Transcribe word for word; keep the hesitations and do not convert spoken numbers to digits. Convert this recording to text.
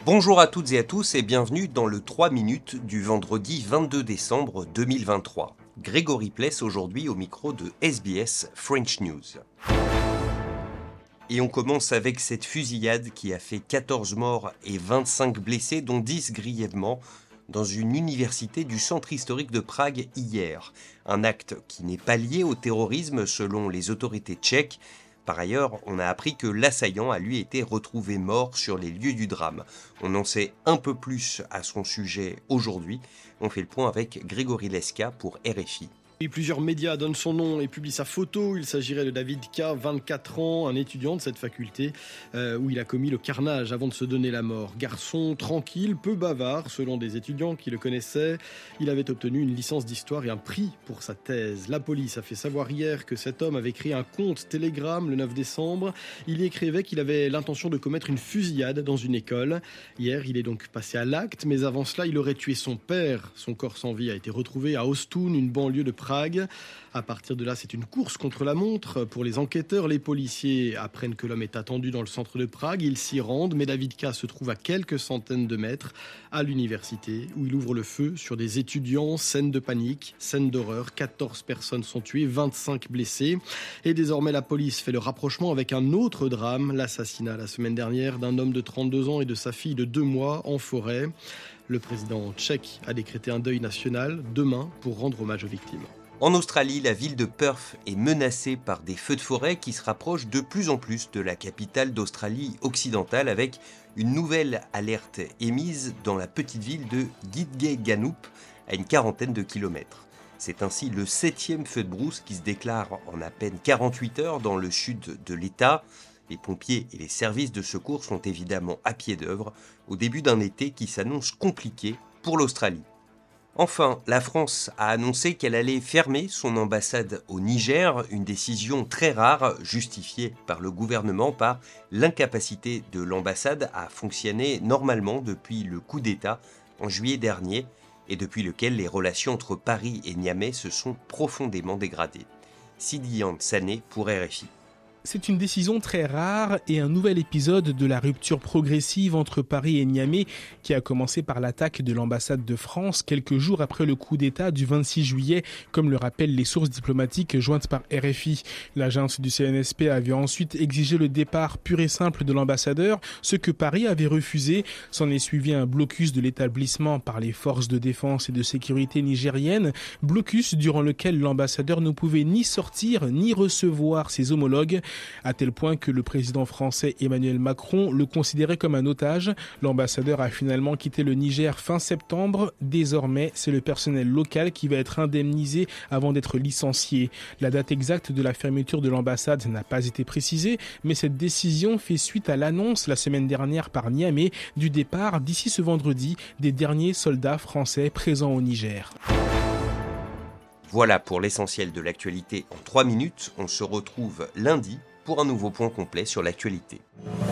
Bonjour à toutes et à tous et bienvenue dans le trois minutes du vendredi vingt-deux décembre deux mille vingt-trois. Grégory Pless aujourd'hui au micro de S B S French News. Et on commence avec cette fusillade qui a fait quatorze morts et vingt-cinq blessés, dont dix grièvement, dans une université du centre historique de Prague hier. Un acte qui n'est pas lié au terrorisme selon les autorités tchèques. Par ailleurs, on a appris que l'assaillant a lui été retrouvé mort sur les lieux du drame. On en sait un peu plus à son sujet aujourd'hui. On fait le point avec Grégory Leska pour R F I. Et plusieurs médias donnent son nom et publient sa photo. Il s'agirait de David K, vingt-quatre ans, un étudiant de cette faculté euh, où il a commis le carnage avant de se donner la mort. Garçon tranquille, peu bavard, selon des étudiants qui le connaissaient. Il avait obtenu une licence d'histoire et un prix pour sa thèse. La police a fait savoir hier que cet homme avait créé un compte Telegram le neuf décembre. Il y écrivait qu'il avait l'intention de commettre une fusillade dans une école. Hier, il est donc passé à l'acte, mais avant cela, il aurait tué son père. Son corps sans vie a été retrouvé à Ostun, une banlieue de Prague. À partir de là, c'est une course contre la montre. Pour les enquêteurs, les policiers apprennent que l'homme est attendu dans le centre de Prague. Ils s'y rendent, mais David K se trouve à quelques centaines de mètres à l'université où il ouvre le feu sur des étudiants. Scène de panique, scène d'horreur. quatorze personnes sont tuées, vingt-cinq blessées. Et désormais, la police fait le rapprochement avec un autre drame, l'assassinat la semaine dernière d'un homme de trente-deux ans et de sa fille de deux mois en forêt. Le président tchèque a décrété un deuil national demain pour rendre hommage aux victimes. En Australie, la ville de Perth est menacée par des feux de forêt qui se rapprochent de plus en plus de la capitale d'Australie occidentale avec une nouvelle alerte émise dans la petite ville de Gidgee-Ganup à une quarantaine de kilomètres. C'est ainsi le septième feu de brousse qui se déclare en à peine quarante-huit heures dans le sud de l'État. Les pompiers et les services de secours sont évidemment à pied d'œuvre au début d'un été qui s'annonce compliqué pour l'Australie. Enfin, la France a annoncé qu'elle allait fermer son ambassade au Niger, une décision très rare justifiée par le gouvernement par l'incapacité de l'ambassade à fonctionner normalement depuis le coup d'État en juillet dernier et depuis lequel les relations entre Paris et Niamey se sont profondément dégradées. Sidiyan Sané pour R F I. C'est une décision très rare et un nouvel épisode de la rupture progressive entre Paris et Niamey qui a commencé par l'attaque de l'ambassade de France quelques jours après le coup d'État du vingt-six juillet, comme le rappellent les sources diplomatiques jointes par R F I. L'agence du C N S P avait ensuite exigé le départ pur et simple de l'ambassadeur, ce que Paris avait refusé. S'en est suivi un blocus de l'établissement par les forces de défense et de sécurité nigériennes, blocus durant lequel l'ambassadeur ne pouvait ni sortir ni recevoir ses homologues, à tel point que le président français Emmanuel Macron le considérait comme un otage. L'ambassadeur a finalement quitté le Niger fin septembre. Désormais, c'est le personnel local qui va être indemnisé avant d'être licencié. La date exacte de la fermeture de l'ambassade n'a pas été précisée, mais cette décision fait suite à l'annonce la semaine dernière par Niamey du départ d'ici ce vendredi des derniers soldats français présents au Niger. Voilà pour l'essentiel de l'actualité en trois minutes. On se retrouve lundi pour un nouveau point complet sur l'actualité.